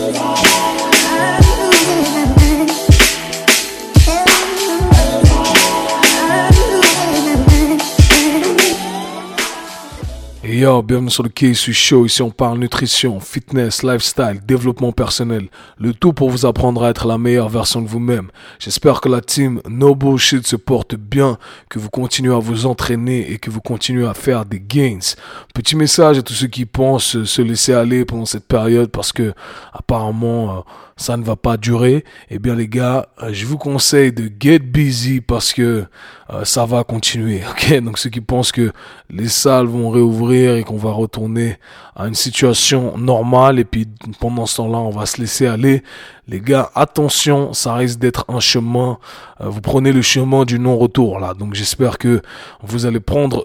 Et yo, bienvenue sur le KSU Show. Ici on parle nutrition, fitness, lifestyle, développement personnel. Le tout pour vous apprendre à être la meilleure version de vous-même. J'espère que la team No Bullshit se porte bien, que vous continuez à vous entraîner et que vous continuez à faire des gains. Petit message à tous ceux qui pensent se laisser aller pendant cette période parce que apparemment ça ne va pas durer. Eh bien les gars, je vous conseille de get busy parce que ça va continuer. Ok, donc ceux qui pensent que les salles vont réouvrir et qu'on va retourner à une situation normale et puis pendant ce temps-là on va se laisser aller. Les gars, attention, ça risque d'être un chemin. Vous prenez le chemin du non-retour là. Donc j'espère que vous allez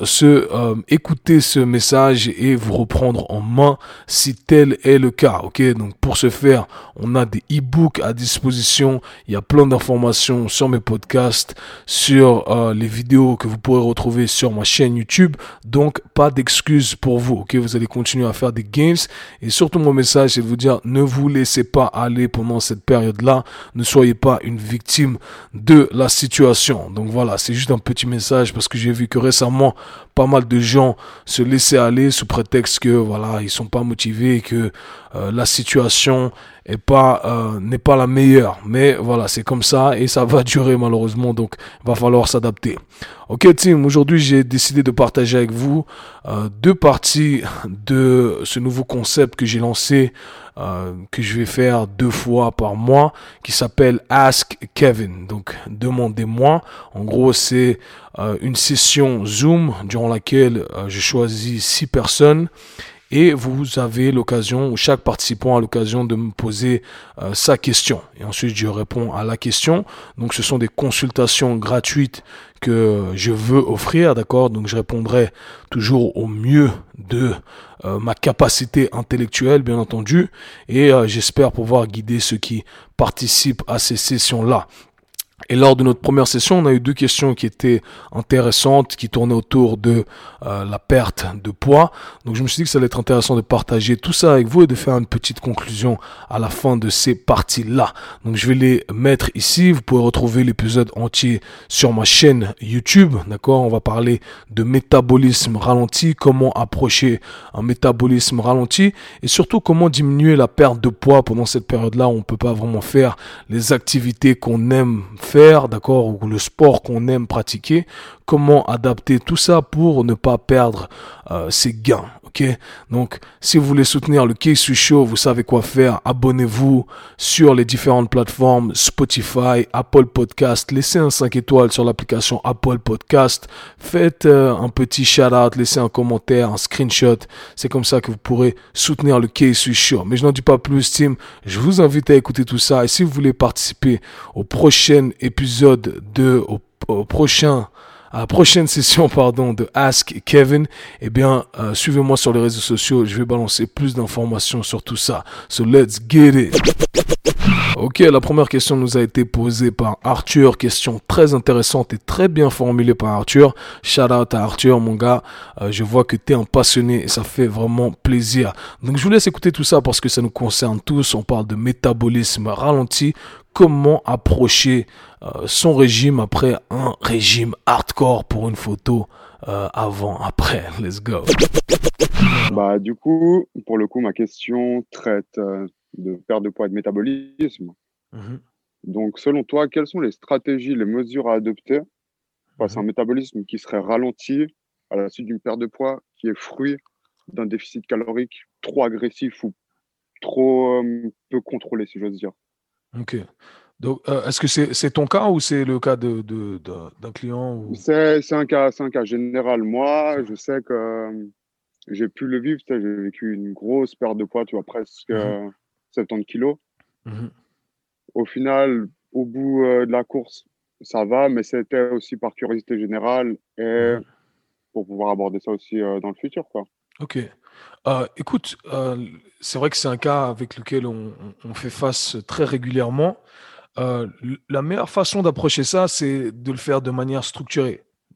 écouter ce message et vous reprendre en main si tel est le cas. Ok, donc pour ce faire, on a des e-books à disposition. Il y a plein d'informations sur mes podcasts, sur les vidéos que vous pourrez retrouver sur ma chaîne YouTube. Donc pas d'excuses pour vous. Ok, vous allez continuer à faire des gains et surtout mon message c'est de vous dire ne vous laissez pas aller pendant cette période-là, ne soyez pas une victime de la situation. Donc voilà, c'est juste un petit message parce que j'ai vu que récemment, pas mal de gens se laissaient aller sous prétexte que voilà, ils sont pas motivés et que la situation n'est pas la meilleure. Mais voilà, c'est comme ça et ça va durer malheureusement, donc il va falloir s'adapter. Ok team, aujourd'hui j'ai décidé de partager avec vous deux parties de ce nouveau concept que j'ai lancé, que je vais faire 2 fois par mois, qui s'appelle Ask Kevin. Donc demandez-moi. En gros c'est une session Zoom durant laquelle je choisis 6 personnes. Et vous avez l'occasion, ou chaque participant a l'occasion de me poser sa question. Et ensuite, je réponds à la question. Donc, ce sont des consultations gratuites que je veux offrir, d'accord? Donc, je répondrai toujours au mieux de ma capacité intellectuelle, bien entendu. Et j'espère pouvoir guider ceux qui participent à ces sessions-là. Et lors de notre première session, on a eu 2 questions qui étaient intéressantes, qui tournaient autour de la perte de poids. Donc je me suis dit que ça allait être intéressant de partager tout ça avec vous et de faire une petite conclusion à la fin de ces parties-là. Donc je vais les mettre ici. Vous pouvez retrouver l'épisode entier sur ma chaîne YouTube. D'accord? On va parler de métabolisme ralenti, comment approcher un métabolisme ralenti et surtout comment diminuer la perte de poids pendant cette période-là où on ne peut pas vraiment faire les activités qu'on aime faire, d'accord, ou le sport qu'on aime pratiquer, comment adapter tout ça pour ne pas perdre ses gains, ok? Donc, si vous voulez soutenir le KSU Show, vous savez quoi faire, abonnez-vous sur les différentes plateformes, Spotify, Apple Podcast, laissez un 5 étoiles sur l'application Apple Podcast, faites un petit shout-out, laissez un commentaire, un screenshot, c'est comme ça que vous pourrez soutenir le KSU Show. Mais je n'en dis pas plus, team, je vous invite à écouter tout ça, et si vous voulez participer au prochain épisode à la prochaine session de Ask Kevin, eh bien, suivez-moi sur les réseaux sociaux. Je vais balancer plus d'informations sur tout ça. So let's get it. Ok, la première question nous a été posée par Arthur. Question très intéressante et très bien formulée par Arthur. Shout out à Arthur, mon gars. Je vois que tu es un passionné et ça fait vraiment plaisir. Donc, je vous laisse écouter tout ça parce que ça nous concerne tous. On parle de métabolisme ralenti. Comment approcher son régime après un régime hardcore pour une photo avant, après. Let's go. Bah, du coup, pour le coup, ma question traite de perte de poids et de métabolisme. Mhm. Donc, selon toi, quelles sont les stratégies, les mesures à adopter face à un métabolisme qui serait ralenti à la suite d'une perte de poids qui est fruit d'un déficit calorique trop agressif ou trop peu contrôlé, si j'ose dire? Ok. Donc, est-ce que c'est ton cas ou c'est le cas d'un client ou... C'est un cas général. Moi, je sais que j'ai pu le vivre. Tu sais, j'ai vécu une grosse perte de poids, tu vois, presque Mhm. 70 kilos. Mhm. Au final, au bout de la course, ça va, mais c'était aussi par curiosité générale et Mhm. pour pouvoir aborder ça aussi dans le futur, quoi. Ok. Écoute, c'est vrai que c'est un cas avec lequel on fait face très régulièrement. La meilleure façon d'approcher ça, c'est de le faire de manière structurée.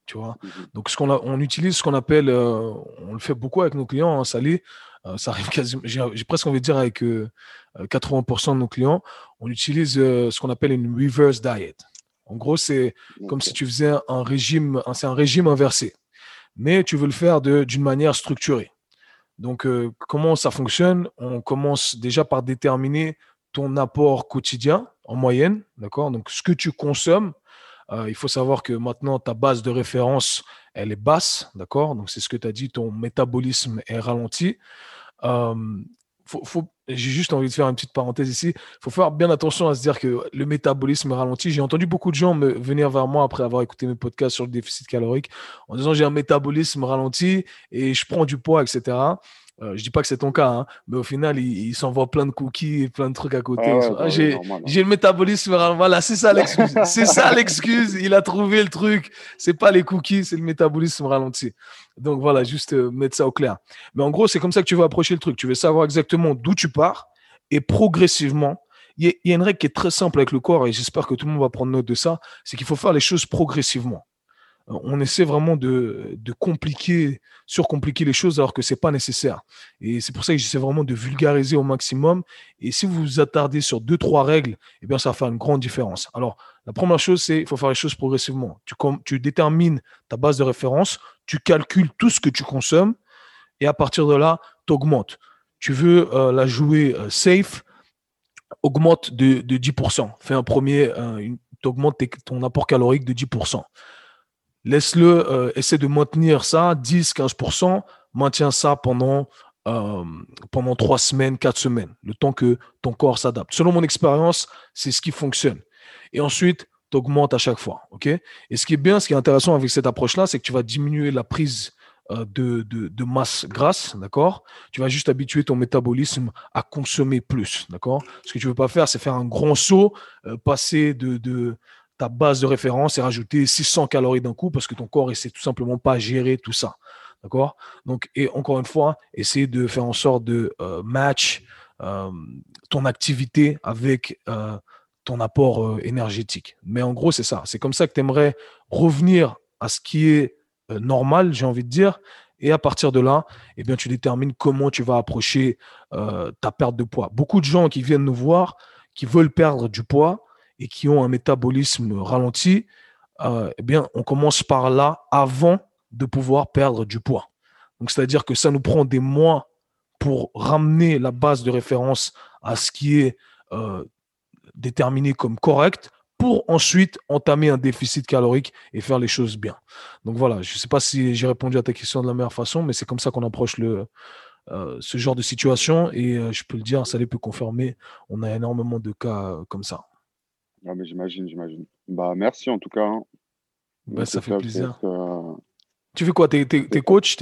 tu vois. Mhm. Donc, on utilise ce qu'on appelle, on le fait beaucoup avec nos clients, hein, Salé. Ça arrive quasiment, j'ai presque envie de dire avec 80% de nos clients, on utilise ce qu'on appelle une reverse diet. En gros, c'est comme si Ok. tu faisais un régime, c'est un régime inversé, mais tu veux le faire d'une manière structurée. Donc, comment ça fonctionne? On commence déjà par déterminer ton apport quotidien en moyenne, d'accord? Donc, ce que tu consommes, il faut savoir que maintenant, ta base de référence, elle est basse, d'accord? Donc, c'est ce que tu as dit, ton métabolisme est ralenti. Euh, j'ai juste envie de faire une petite parenthèse ici. Il faut faire bien attention à se dire que le métabolisme est ralenti. J'ai entendu beaucoup de gens venir vers moi après avoir écouté mes podcasts sur le déficit calorique en disant j'ai un métabolisme ralenti et je prends du poids, etc. Je dis pas que c'est ton cas, hein, mais au final, il s'envoie plein de cookies et plein de trucs à côté. Ah ouais, bah oui, J'ai, normal, hein. j'ai le métabolisme ralenti. Voilà, c'est ça l'excuse. C'est ça l'excuse. Il a trouvé le truc. C'est pas les cookies, c'est le métabolisme ralenti. Donc voilà, juste mettre ça au clair. Mais en gros, c'est comme ça que tu vas approcher le truc. Tu veux savoir exactement d'où tu pars et progressivement. Il y a une règle qui est très simple avec le corps et j'espère que tout le monde va prendre note de ça. C'est qu'il faut faire les choses progressivement. On essaie vraiment de compliquer, surcompliquer les choses alors que c'est pas nécessaire. Et c'est pour ça que j'essaie vraiment de vulgariser au maximum. Et si vous vous attardez sur deux, trois règles, eh bien, ça va faire une grande différence. Alors, la première chose, c'est qu'il faut faire les choses progressivement. Tu détermines ta base de référence, tu calcules tout ce que tu consommes et à partir de là, tu augmentes. Tu veux la jouer safe, augmente de 10%. Fais un premier, tu augmentes ton apport calorique de 10%. Laisse-le, essaie de maintenir ça, 10-15%, maintiens ça pendant 3 semaines, 4 semaines, le temps que ton corps s'adapte. Selon mon expérience, c'est ce qui fonctionne. Et ensuite, tu augmentes à chaque fois. OK? Et ce qui est bien, ce qui est intéressant avec cette approche-là, c'est que tu vas diminuer la prise de masse grasse, d'accord? Tu vas juste habituer ton métabolisme à consommer plus, d'accord? Ce que tu ne veux pas faire, c'est faire un grand saut, passer de ta base de référence et rajouter 600 calories d'un coup parce que ton corps essaie tout simplement pas à gérer tout ça. D'accord? Donc, et encore une fois, essayer de faire en sorte de match euh, ton activité avec ton apport énergétique. Mais en gros, c'est ça. C'est comme ça que tu aimerais revenir à ce qui est normal, j'ai envie de dire. Et à partir de là, eh bien, tu détermines comment tu vas approcher ta perte de poids. Beaucoup de gens qui viennent nous voir, qui veulent perdre du poids et qui ont un métabolisme ralenti, eh bien, on commence par là avant de pouvoir perdre du poids. Donc, c'est-à-dire que ça nous prend des mois pour ramener la base de référence à ce qui est euh, déterminé comme correct pour ensuite entamer un déficit calorique et faire les choses bien. Donc voilà, je ne sais pas si j'ai répondu à ta question de la meilleure façon, mais c'est comme ça qu'on approche ce genre de situation et je peux le dire, ça peut confirmer, on a énormément de cas comme ça. Ah, mais j'imagine. Bah, merci en tout cas, hein. Ben, ça C'est fait top, plaisir. Tu fais quoi? T'es c'est top. coach?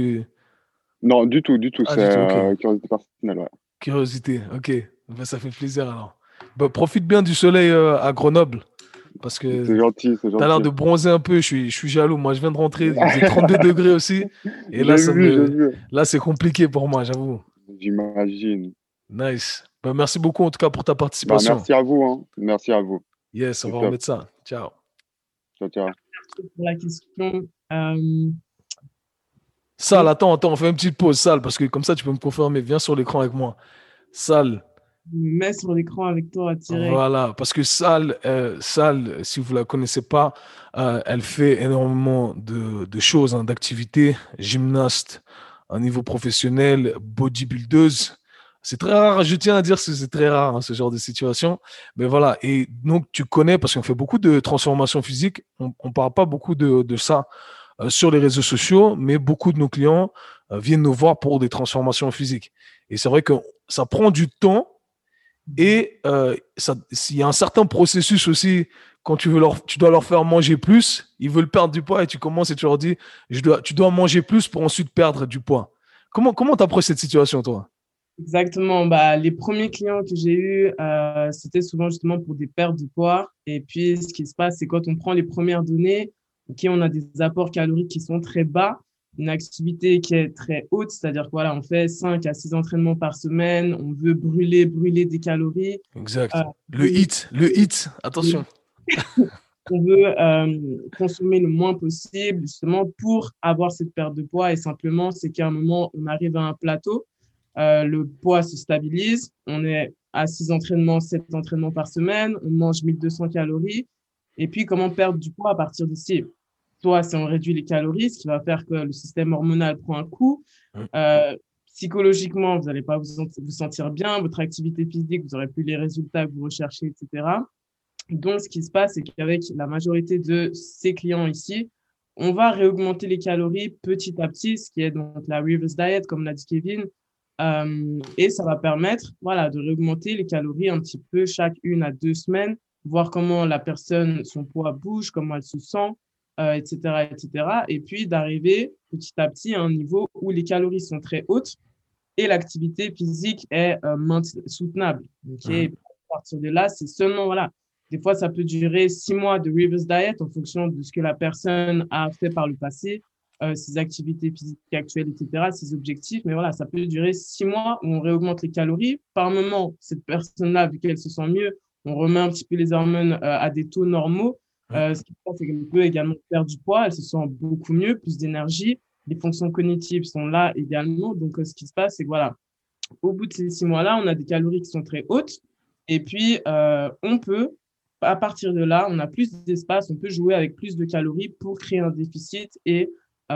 Non, du tout, Ah, c'est du tout, ok. curiosité personnelle, ouais. Curiosité, ok. Ben, ça fait plaisir alors. Ben, profite bien du soleil à Grenoble parce que C'est gentil, c'est tu as l'air gentil. de bronzer un peu. Je suis jaloux. Moi, je viens de rentrer. Il faisait 32 degrés aussi. Et là, J'ai vu. là, c'est compliqué pour moi, j'avoue. J'imagine. Nice. Ben, merci beaucoup en tout cas pour ta Bah, participation. merci à vous, hein. Merci à vous. Yes, on C'est va top. remettre ça. Ciao. Ciao, ciao. Pour la question. Sal, attends, on fait une petite pause, Sal, parce que comme ça, tu peux me confirmer. Viens sur l'écran avec moi. Sal, Mets sur l'écran avec toi direct. voilà, parce que Sal, si vous la connaissez pas, elle fait énormément de choses, hein, d'activités, gymnaste à un niveau professionnel, bodybuildeuse. C'est très rare, je tiens à dire que c'est très rare, hein, ce genre de situation. Mais voilà, et donc tu connais, parce qu'on fait beaucoup de transformations physiques, on ne parle pas beaucoup de ça sur les réseaux sociaux, mais beaucoup de nos clients viennent nous voir pour des transformations physiques. Et c'est vrai que ça prend du temps et il y a un certain processus aussi, quand tu dois leur faire manger plus, ils veulent perdre du poids et tu commences et tu leur dis, tu dois manger plus pour ensuite perdre du poids. Comment tu approches cette situation, toi? Exactement. Bah, les premiers clients que j'ai eus, c'était souvent justement pour des pertes de poids. Et puis, ce qui se passe, c'est quand on prend les premières données, OK, on a des apports caloriques qui sont très bas, une activité qui est très haute, c'est-à-dire que voilà, on fait 5 à 6 entraînements par semaine, on veut brûler des calories. Exact. Euh, Le hit, attention. on veut consommer le moins possible, justement, pour avoir cette perte de poids. Et simplement, c'est qu'à un moment, on arrive à un plateau, le poids se stabilise, on est à 6 entraînements, 7 entraînements par semaine, on mange 1200 calories. Et puis, comment perdre du poids à partir d'ici? Soit c'est on réduit les calories, ce qui va faire que le système hormonal prend un coup. Psychologiquement, vous n'allez pas vous sentir bien, votre activité physique, vous n'aurez plus les résultats que vous recherchez, etc. Donc, ce qui se passe, c'est qu'avec la majorité de ces clients ici, on va réaugmenter les calories petit à petit, ce qui est donc la reverse diet, comme l'a dit Kevin. Et ça va permettre, voilà, de réaugmenter les calories un petit peu chaque 1 à 2 semaines, voir comment la personne, son poids bouge, comment elle se sent, etc., etc. Et puis d'arriver petit à petit à un niveau où les calories sont très hautes et l'activité physique est soutenable. Okay? À partir de là, c'est seulement, voilà, des fois, ça peut durer 6 mois de reverse diet en fonction de ce que la personne a fait par le passé, ses activités physiques actuelles, etc., ses objectifs. Mais voilà, ça peut durer 6 mois où on réaugmente les calories. Par moment, cette personne-là, vu qu'elle se sent mieux, on remet un petit peu les hormones à des taux normaux. Ce qui se passe, c'est qu'elle peut également perdre du poids. Elle se sent beaucoup mieux, plus d'énergie. Les fonctions cognitives sont là également. Donc, ce qui se passe, c'est que voilà, au bout de ces 6 mois-là, on a des calories qui sont très hautes. Et puis, on peut, à partir de là, on a plus d'espace, on peut jouer avec plus de calories pour créer un déficit et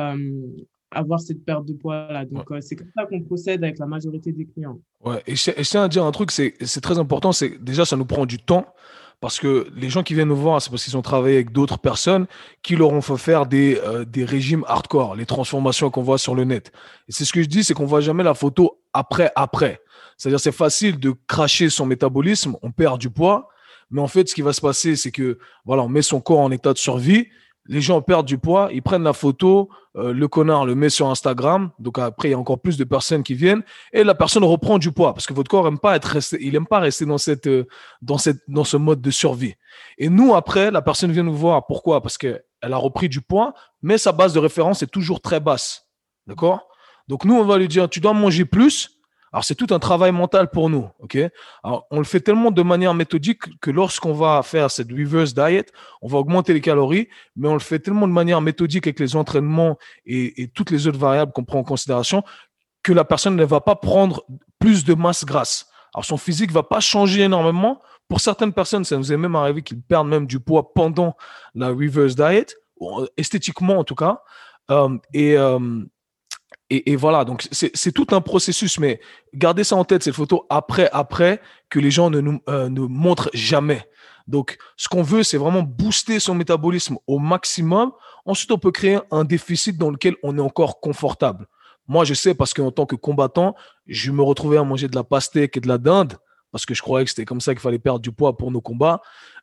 avoir cette perte de poids-là. Donc, c'est comme ça qu'on procède avec la majorité des clients. Ouais, et je tiens à dire un truc, c'est très important, c'est déjà, ça nous prend du temps. Parce que les gens qui viennent nous voir, c'est parce qu'ils ont travaillé avec d'autres personnes qui leur ont fait faire des régimes hardcore, les transformations qu'on voit sur le net. Et c'est ce que je dis, c'est qu'on voit jamais la photo après. C'est-à-dire, c'est facile de cracher son métabolisme, on perd du poids, mais en fait, ce qui va se passer, c'est que voilà, on met son corps en état de survie, les gens perdent du poids, ils prennent la photo, le connard le met sur Instagram, donc après il y a encore plus de personnes qui viennent et la personne reprend du poids parce que votre corps aime pas rester dans ce mode de survie. Et nous après, la personne vient nous voir, pourquoi? Parce que elle a repris du poids, mais sa base de référence est toujours très basse, d'accord? Donc nous on va lui dire tu dois manger plus. Alors, c'est tout un travail mental pour nous, ok? Alors, on le fait tellement de manière méthodique que lorsqu'on va faire cette reverse diet, on va augmenter les calories, mais on le fait tellement de manière méthodique avec les entraînements et toutes les autres variables qu'on prend en considération que la personne ne va pas prendre plus de masse grasse. Alors, son physique va pas changer énormément. Pour certaines personnes, ça nous est même arrivé qu'ils perdent même du poids pendant la reverse diet, esthétiquement en tout cas. Et voilà, donc c'est tout un processus, mais gardez ça en tête, c'est le photo après que les gens ne montrent jamais. Donc, ce qu'on veut, c'est vraiment booster son métabolisme au maximum. Ensuite, on peut créer un déficit dans lequel on est encore confortable. Moi, je sais parce qu'en tant que combattant, je me retrouvais à manger de la pastèque et de la dinde parce que je croyais que c'était comme ça qu'il fallait perdre du poids pour nos combats.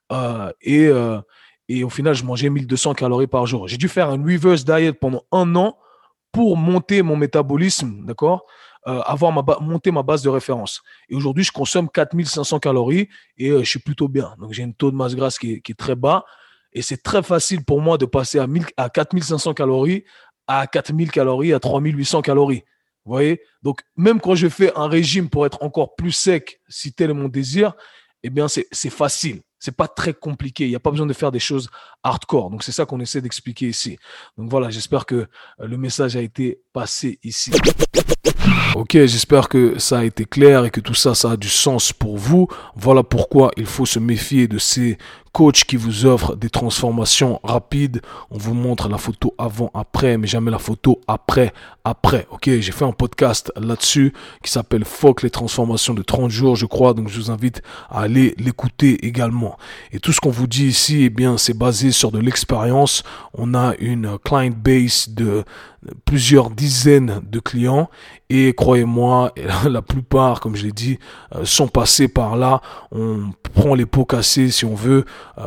Et au final, je mangeais 1200 calories par jour. J'ai dû faire un reverse diet pendant 1 an pour monter mon métabolisme, d'accord, monter ma base de référence. Et aujourd'hui, je consomme 4500 calories et je suis plutôt bien. Donc, j'ai un taux de masse grasse qui est très bas. Et c'est très facile pour moi de passer à 4500 calories, à 4000 calories, à 3800 calories. Vous voyez? Donc, même quand je fais un régime pour être encore plus sec, si tel est mon désir, eh bien, c'est facile. C'est pas très compliqué. Il n'y a pas besoin de faire des choses hardcore. Donc, c'est ça qu'on essaie d'expliquer ici. Donc, voilà, j'espère que le message a été passé ici. Ok, j'espère que ça a été clair et que tout ça, ça a du sens pour vous. Voilà pourquoi il faut se méfier de ces coachs qui vous offrent des transformations rapides. On vous montre la photo avant-après, mais jamais la photo après. Ok, j'ai fait un podcast là-dessus qui s'appelle Fuck les transformations de 30 jours, je crois. Donc, je vous invite à aller l'écouter également. Et tout ce qu'on vous dit ici, eh bien, c'est basé sur de l'expérience. On a une client base de plusieurs dizaines de clients et croyez-moi, la plupart, comme je l'ai dit, sont passés par là. On prend les pots cassés, si on veut,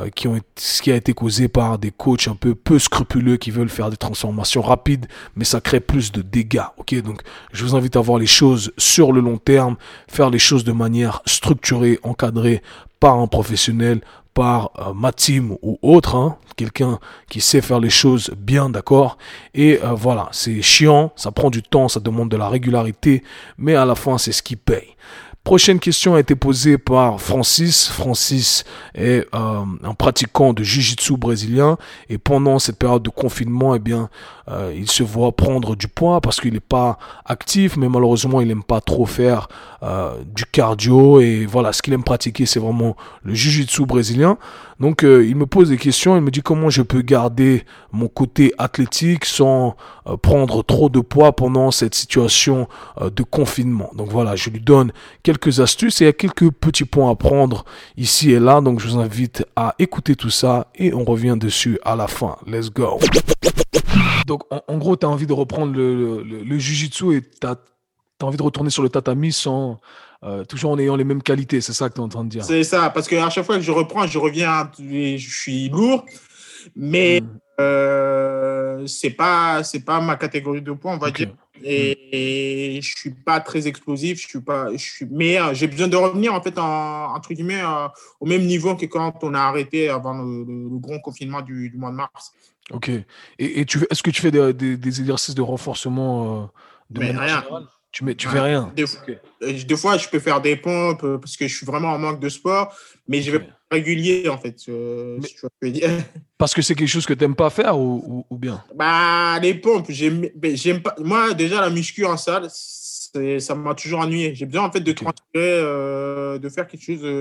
ce qui a été causé par des coachs un peu scrupuleux qui veulent faire des transformations rapides, mais ça crée plus de dégâts. Ok, donc je vous invite à voir les choses sur le long terme, faire les choses de manière structurée, encadrée par un professionnel, par ma team ou autre, hein, quelqu'un qui sait faire les choses bien, d'accord. Et voilà, c'est chiant, ça prend du temps, ça demande de la régularité, mais à la fin, c'est ce qui paye. prochaine question a été posée par Francis. Francis est un pratiquant de jiu-jitsu brésilien et pendant cette période de confinement, eh bien, il se voit prendre du poids parce qu'il n'est pas actif, mais malheureusement, il n'aime pas trop faire du cardio et voilà, ce qu'il aime pratiquer, c'est vraiment le jiu-jitsu brésilien. Donc, il me pose des questions, il me dit comment je peux garder mon côté athlétique sans prendre trop de poids pendant cette situation de confinement. Donc voilà, je lui donne quelques astuces et il y a quelques petits points à prendre ici et là. Donc je vous invite à écouter tout ça et on revient dessus à la fin. Let's go. Donc en gros, tu as envie de reprendre le jiu-jitsu et tu as envie de retourner sur le tatami sans toujours en ayant les mêmes qualités. C'est ça que tu es en train de dire. C'est ça, parce qu'à chaque fois que je reprends, je reviens, je suis lourd, mais c'est pas ma catégorie de poids, on va dire. Et je suis pas très explosif, mais j'ai besoin de revenir en fait entre guillemets au même niveau que quand on a arrêté avant le grand confinement du mois de mars. Ok. Et est-ce que tu fais des exercices de renforcement de manière générale? Tu fais rien. Des fois, je peux faire des pompes parce que je suis vraiment en manque de sport, mais je vais pas régulier en fait. Si tu vois ce que je veux dire. Parce que c'est quelque chose que tu n'aimes pas faire ou bien? Bah, les pompes, j'aime pas. Moi, déjà, la muscu en salle, ça m'a toujours ennuyé. J'ai besoin en fait de transférer, de faire quelque chose.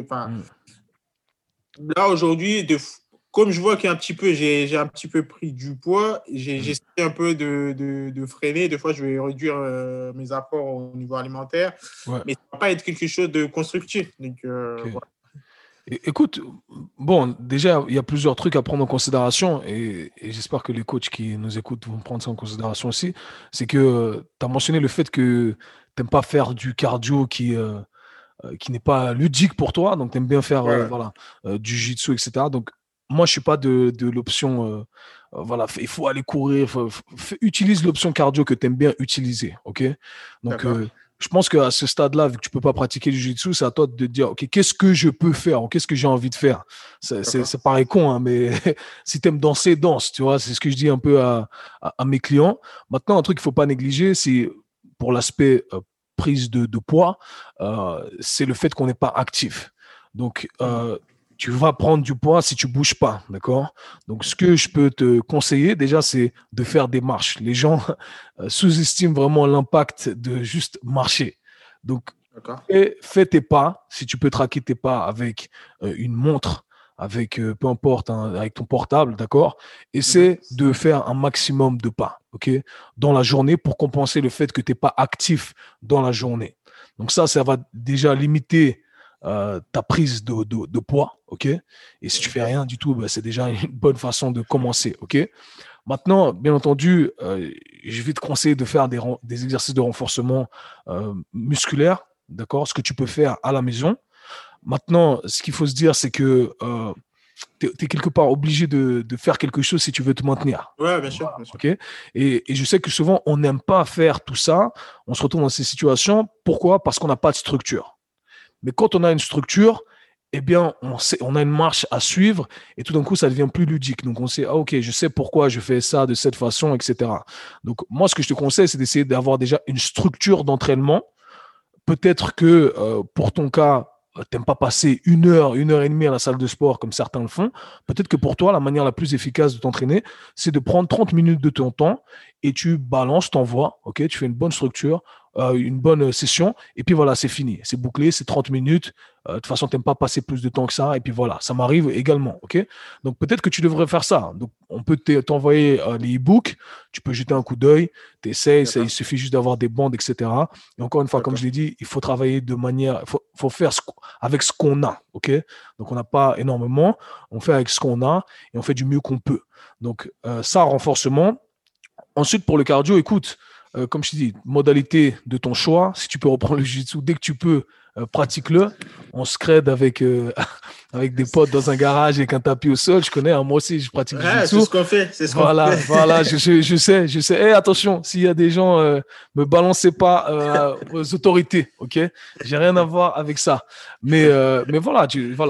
Là, aujourd'hui, comme je vois j'ai un petit peu pris du poids, j'essaie un peu de freiner. Des fois, je vais réduire mes apports au niveau alimentaire, mais ça ne va pas être quelque chose de constructif. Donc, voilà. Écoute, bon, déjà, il y a plusieurs trucs à prendre en considération et j'espère que les coachs qui nous écoutent vont prendre ça en considération aussi. C'est que tu as mentionné le fait que tu n'aimes pas faire du cardio qui n'est pas ludique pour toi, donc tu aimes bien faire du jiu-jitsu, etc. Donc, moi, je ne suis pas de l'option, il faut aller courir, utilise l'option cardio que tu aimes bien utiliser, ok? Donc, je pense qu'à ce stade-là, vu que tu ne peux pas pratiquer du jiu-jitsu, c'est à toi de dire, ok, qu'est-ce que je peux faire ou qu'est-ce que j'ai envie de faire? Ça paraît con, hein, mais si tu aimes danser, danse, tu vois, c'est ce que je dis un peu à mes clients. Maintenant, un truc qu'il ne faut pas négliger, c'est pour l'aspect prise de poids, c'est le fait qu'on n'est pas actif. Donc, tu vas prendre du poids si tu bouges pas, d'accord? Donc, ce que je peux te conseiller, déjà, c'est de faire des marches. Les gens sous-estiment vraiment l'impact de juste marcher. Donc, fais tes pas, si tu peux traquer tes pas avec une montre, avec peu importe, avec ton portable, d'accord? Essaie de faire un maximum de pas, ok? Dans la journée pour compenser le fait que tu n'es pas actif dans la journée. Donc ça va déjà limiter ta prise de poids, ok? Et si tu fais rien du tout, c'est déjà une bonne façon de commencer, ok? Maintenant, bien entendu, je vais te conseiller de faire des exercices de renforcement musculaire, d'accord? Ce que tu peux faire à la maison. Maintenant, ce qu'il faut se dire, c'est que tu es quelque part obligé de faire quelque chose si tu veux te maintenir. Ouais, bien sûr. Bien sûr. Okay? Et je sais que souvent, on n'aime pas faire tout ça. On se retrouve dans ces situations. Pourquoi? Parce qu'on n'a pas de structure. Mais quand on a une structure, eh bien, on a une marche à suivre et tout d'un coup, ça devient plus ludique. Donc, on sait, ok, je sais pourquoi je fais ça de cette façon, etc. Donc, moi, ce que je te conseille, c'est d'essayer d'avoir déjà une structure d'entraînement. Peut-être que pour ton cas, t'aimes pas passer une heure et demie à la salle de sport comme certains le font. Peut-être que pour toi, la manière la plus efficace de t'entraîner, c'est de prendre 30 minutes de ton temps et tu balances, t'envoies, ok, tu fais une bonne structure, une bonne session, et puis voilà, c'est fini. C'est bouclé, c'est 30 minutes. De toute façon, tu n'aimes pas passer plus de temps que ça, et puis voilà, ça m'arrive également, ok? Donc peut-être que tu devrais faire ça. Donc on peut t'envoyer les e-books, tu peux jeter un coup d'œil, tu essaies, il suffit juste d'avoir des bandes, etc. Et encore une fois, comme je l'ai dit, il faut travailler de manière, faut faire avec ce qu'on a, ok? Donc on n'a pas énormément, on fait avec ce qu'on a, et on fait du mieux qu'on peut. Donc ça, renforcement. Ensuite, pour le cardio, écoute, comme je t'ai dit, modalité de ton choix. Si tu peux reprendre le jiu-jitsu, dès que tu peux, pratique-le. On se crède avec des potes dans un garage avec un tapis au sol. Je connais, hein, moi aussi, je pratique le jiu-jitsu. C'est ce qu'on fait. Voilà, je sais. Hey, attention, s'il y a des gens, me balancez pas aux autorités, ok? J'ai rien à voir avec ça. Mais voilà,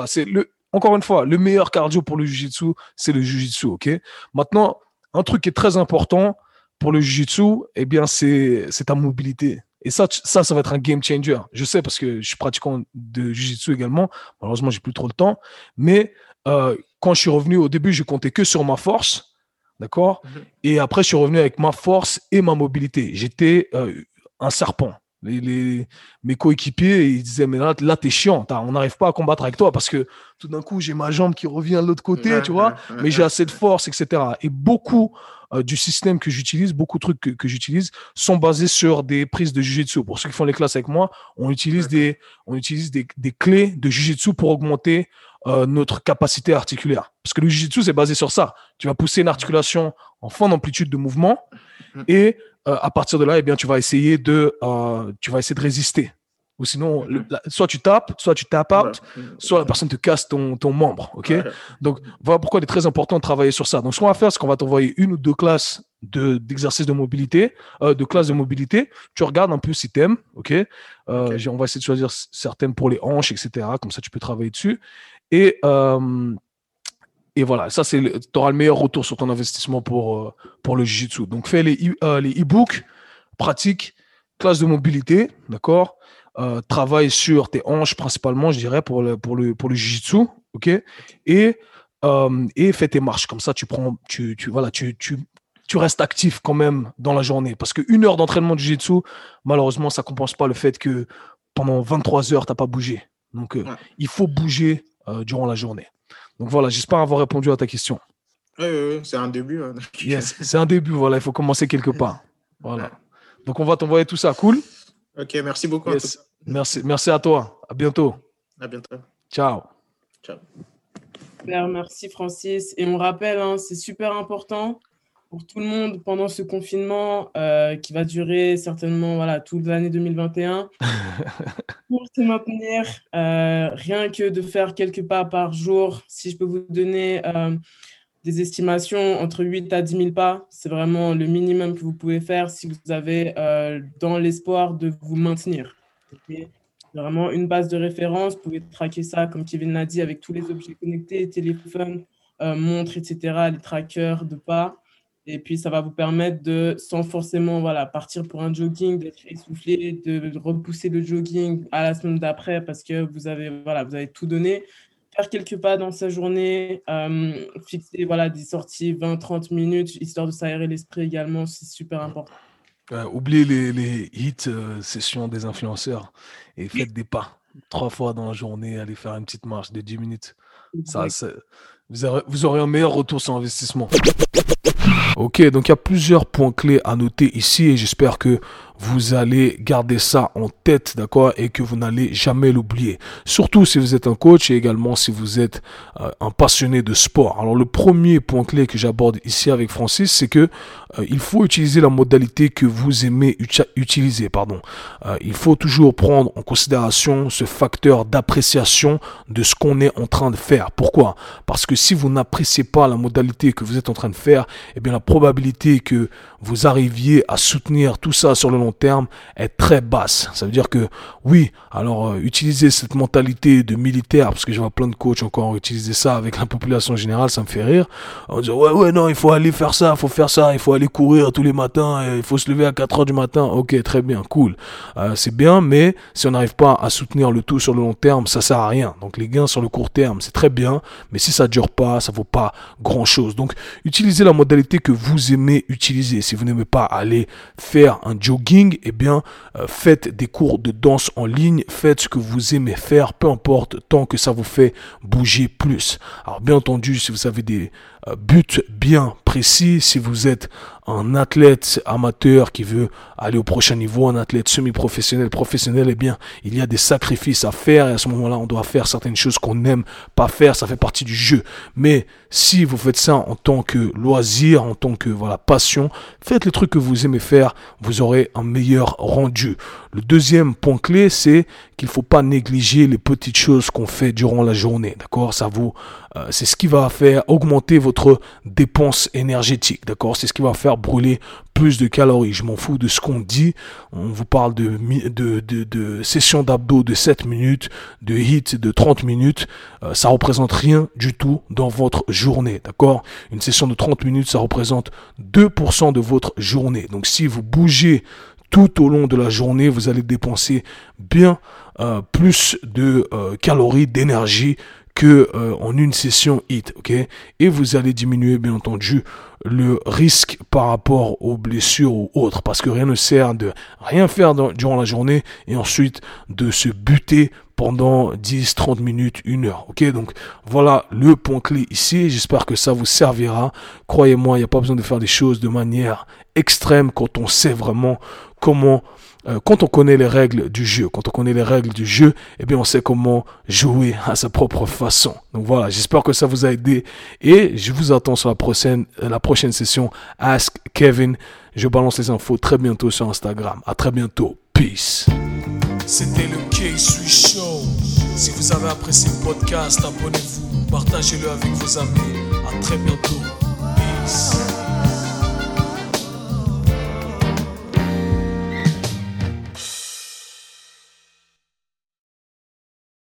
encore une fois, le meilleur cardio pour le jiu-jitsu, c'est le jiu-jitsu, ok? Maintenant, un truc qui est très important pour le jiu-jitsu, eh bien, c'est ta mobilité. Et ça va être un game changer. Je sais parce que je suis pratiquant de Jiu-Jitsu également. Malheureusement, j'ai plus trop le temps. Mais quand je suis revenu au début, je comptais que sur ma force. D'accord? Et après, je suis revenu avec ma force et ma mobilité. J'étais un serpent. Mes coéquipiers, ils disaient, mais là t'es chiant. On n'arrive pas à combattre avec toi parce que tout d'un coup, j'ai ma jambe qui revient de l'autre côté, tu vois, mais j'ai assez de force, etc. Et beaucoup du système que j'utilise, beaucoup de trucs que j'utilise sont basés sur des prises de Jiu-Jitsu. Pour ceux qui font les classes avec moi, on utilise des clés de Jiu-Jitsu pour augmenter notre capacité articulaire. Parce que le Jiu-Jitsu, c'est basé sur ça. Tu vas pousser une articulation en fin d'amplitude de mouvement et à partir de là, eh bien, tu vas essayer de résister. Ou sinon, soit tu tapes out, soit la personne te casse ton membre. Okay? Donc, voilà pourquoi il est très important de travailler sur ça. Donc, ce qu'on va faire, c'est qu'on va t'envoyer 1 ou 2 classes d'exercices de mobilité, de classes de mobilité. Tu regardes un peu si tu aimes. Okay? On va essayer de choisir certaines pour les hanches, etc. Comme ça, tu peux travailler dessus. Et voilà, ça, tu auras le meilleur retour sur ton investissement pour le Jiu-Jitsu. Donc, fais les e-books, pratique, classe de mobilité, d'accord? Travaille sur tes hanches principalement, je dirais, pour le Jiu-Jitsu, ok? Et fais tes marches. Comme ça, tu restes actif quand même dans la journée. Parce que1 heure d'entraînement de Jiu-Jitsu, malheureusement, ça ne compense pas le fait que pendant 23 heures, tu n'as pas bougé. Donc, il faut bouger durant la journée. Donc voilà, j'espère avoir répondu à ta question. Oui, c'est un début. Hein. Yes, c'est un début, voilà, il faut commencer quelque part. Voilà. Donc on va t'envoyer tout ça, cool? Ok, merci beaucoup. Yes. Merci à toi. À bientôt. À bientôt. Ciao. Super, merci Francis. Et on rappelle, c'est super important pour tout le monde pendant ce confinement qui va durer certainement toute l'année 2021. Pour se maintenir, rien que de faire quelques pas par jour, si je peux vous donner des estimations entre 8 à 10 000 pas, c'est vraiment le minimum que vous pouvez faire si vous avez dans l'espoir de vous maintenir. Okay. C'est vraiment une base de référence. Vous pouvez traquer ça, comme Kevin l'a dit, avec tous les objets connectés, téléphones, montres, etc., les trackers de pas. Et puis, ça va vous permettre de, sans forcément partir pour un jogging, d'être essoufflé, de repousser le jogging à la semaine d'après parce que vous avez tout donné. Faire quelques pas dans sa journée, fixer des sorties 20-30 minutes, histoire de s'aérer l'esprit également, c'est super important. Oubliez les hits sessions des influenceurs et faites des pas 3 fois dans la journée, allez faire une petite marche de 10 minutes. Vous aurez un meilleur retour sur investissement. Ok, donc il y a plusieurs points clés à noter ici et j'espère que vous allez garder ça en tête, d'accord, et que vous n'allez jamais l'oublier. Surtout si vous êtes un coach et également si vous êtes un passionné de sport. Alors le premier point clé que j'aborde ici avec Francis, c'est que il faut utiliser la modalité que vous aimez utiliser. Il faut toujours prendre en considération ce facteur d'appréciation de ce qu'on est en train de faire. Pourquoi? Parce que si vous n'appréciez pas la modalité que vous êtes en train de faire, eh bien la probabilité que vous arriviez à soutenir tout ça sur le long terme est très basse. Ça veut dire que oui, alors utiliser cette mentalité de militaire, parce que je vois plein de coachs encore utiliser ça avec la population générale, ça me fait rire. On dit ouais non, il faut aller faire ça, il faut aller courir tous les matins, il faut se lever à 4 heures du matin. Ok, très bien, cool. C'est bien, mais si on n'arrive pas à soutenir le tout sur le long terme, ça sert à rien. Donc les gains sur le court terme, c'est très bien, mais si ça dure pas, ça vaut pas grand chose. Donc utilisez la modalité que vous aimez utiliser. Si vous n'aimez pas aller faire un jogging, eh bien, faites des cours de danse en ligne, faites ce que vous aimez faire, peu importe, tant que ça vous fait bouger plus. Alors, bien entendu, si vous avez des buts bien précis, si vous êtes un athlète amateur qui veut aller au prochain niveau, un athlète semi-professionnel, professionnel, eh bien, il y a des sacrifices à faire et à ce moment-là, on doit faire certaines choses qu'on n'aime pas faire, ça fait partie du jeu. Mais si vous faites ça en tant que loisir, en tant que passion, faites les trucs que vous aimez faire, vous aurez un meilleur rendu. Le deuxième point clé, c'est qu'il faut pas négliger les petites choses qu'on fait durant la journée, d'accord? C'est ce qui va faire augmenter votre dépense énergétique, d'accord? C'est ce qui va faire brûler plus de calories. Je m'en fous de ce qu'on dit. On vous parle de sessions d'abdos de 7 minutes, de hits de 30 minutes. Ça représente rien du tout dans votre journée, d'accord? Une session de 30 minutes, ça représente 2% de votre journée. Donc si vous bougez tout au long de la journée, vous allez dépenser bien plus de calories, d'énergie que en une session HIIT, ok? Et vous allez diminuer, bien entendu, le risque par rapport aux blessures ou autres, parce que rien ne sert de rien faire durant la journée et ensuite de se buter pendant 10, 30 minutes, 1 heure, ok? Donc, voilà le point clé ici. J'espère que ça vous servira. Croyez-moi, il n'y a pas besoin de faire des choses de manière extrême quand on sait vraiment comment quand on connaît les règles du jeu. Quand on connaît les règles du jeu, eh bien, on sait comment jouer à sa propre façon. Donc voilà, j'espère que ça vous a aidé et je vous attends sur la prochaine session Ask Kevin. Je balance les infos très bientôt sur Instagram. À très bientôt. Peace. C'était le K-Sui Show. Si vous avez apprécié le podcast, abonnez-vous, partagez-le avec vos amis. À très bientôt. Peace.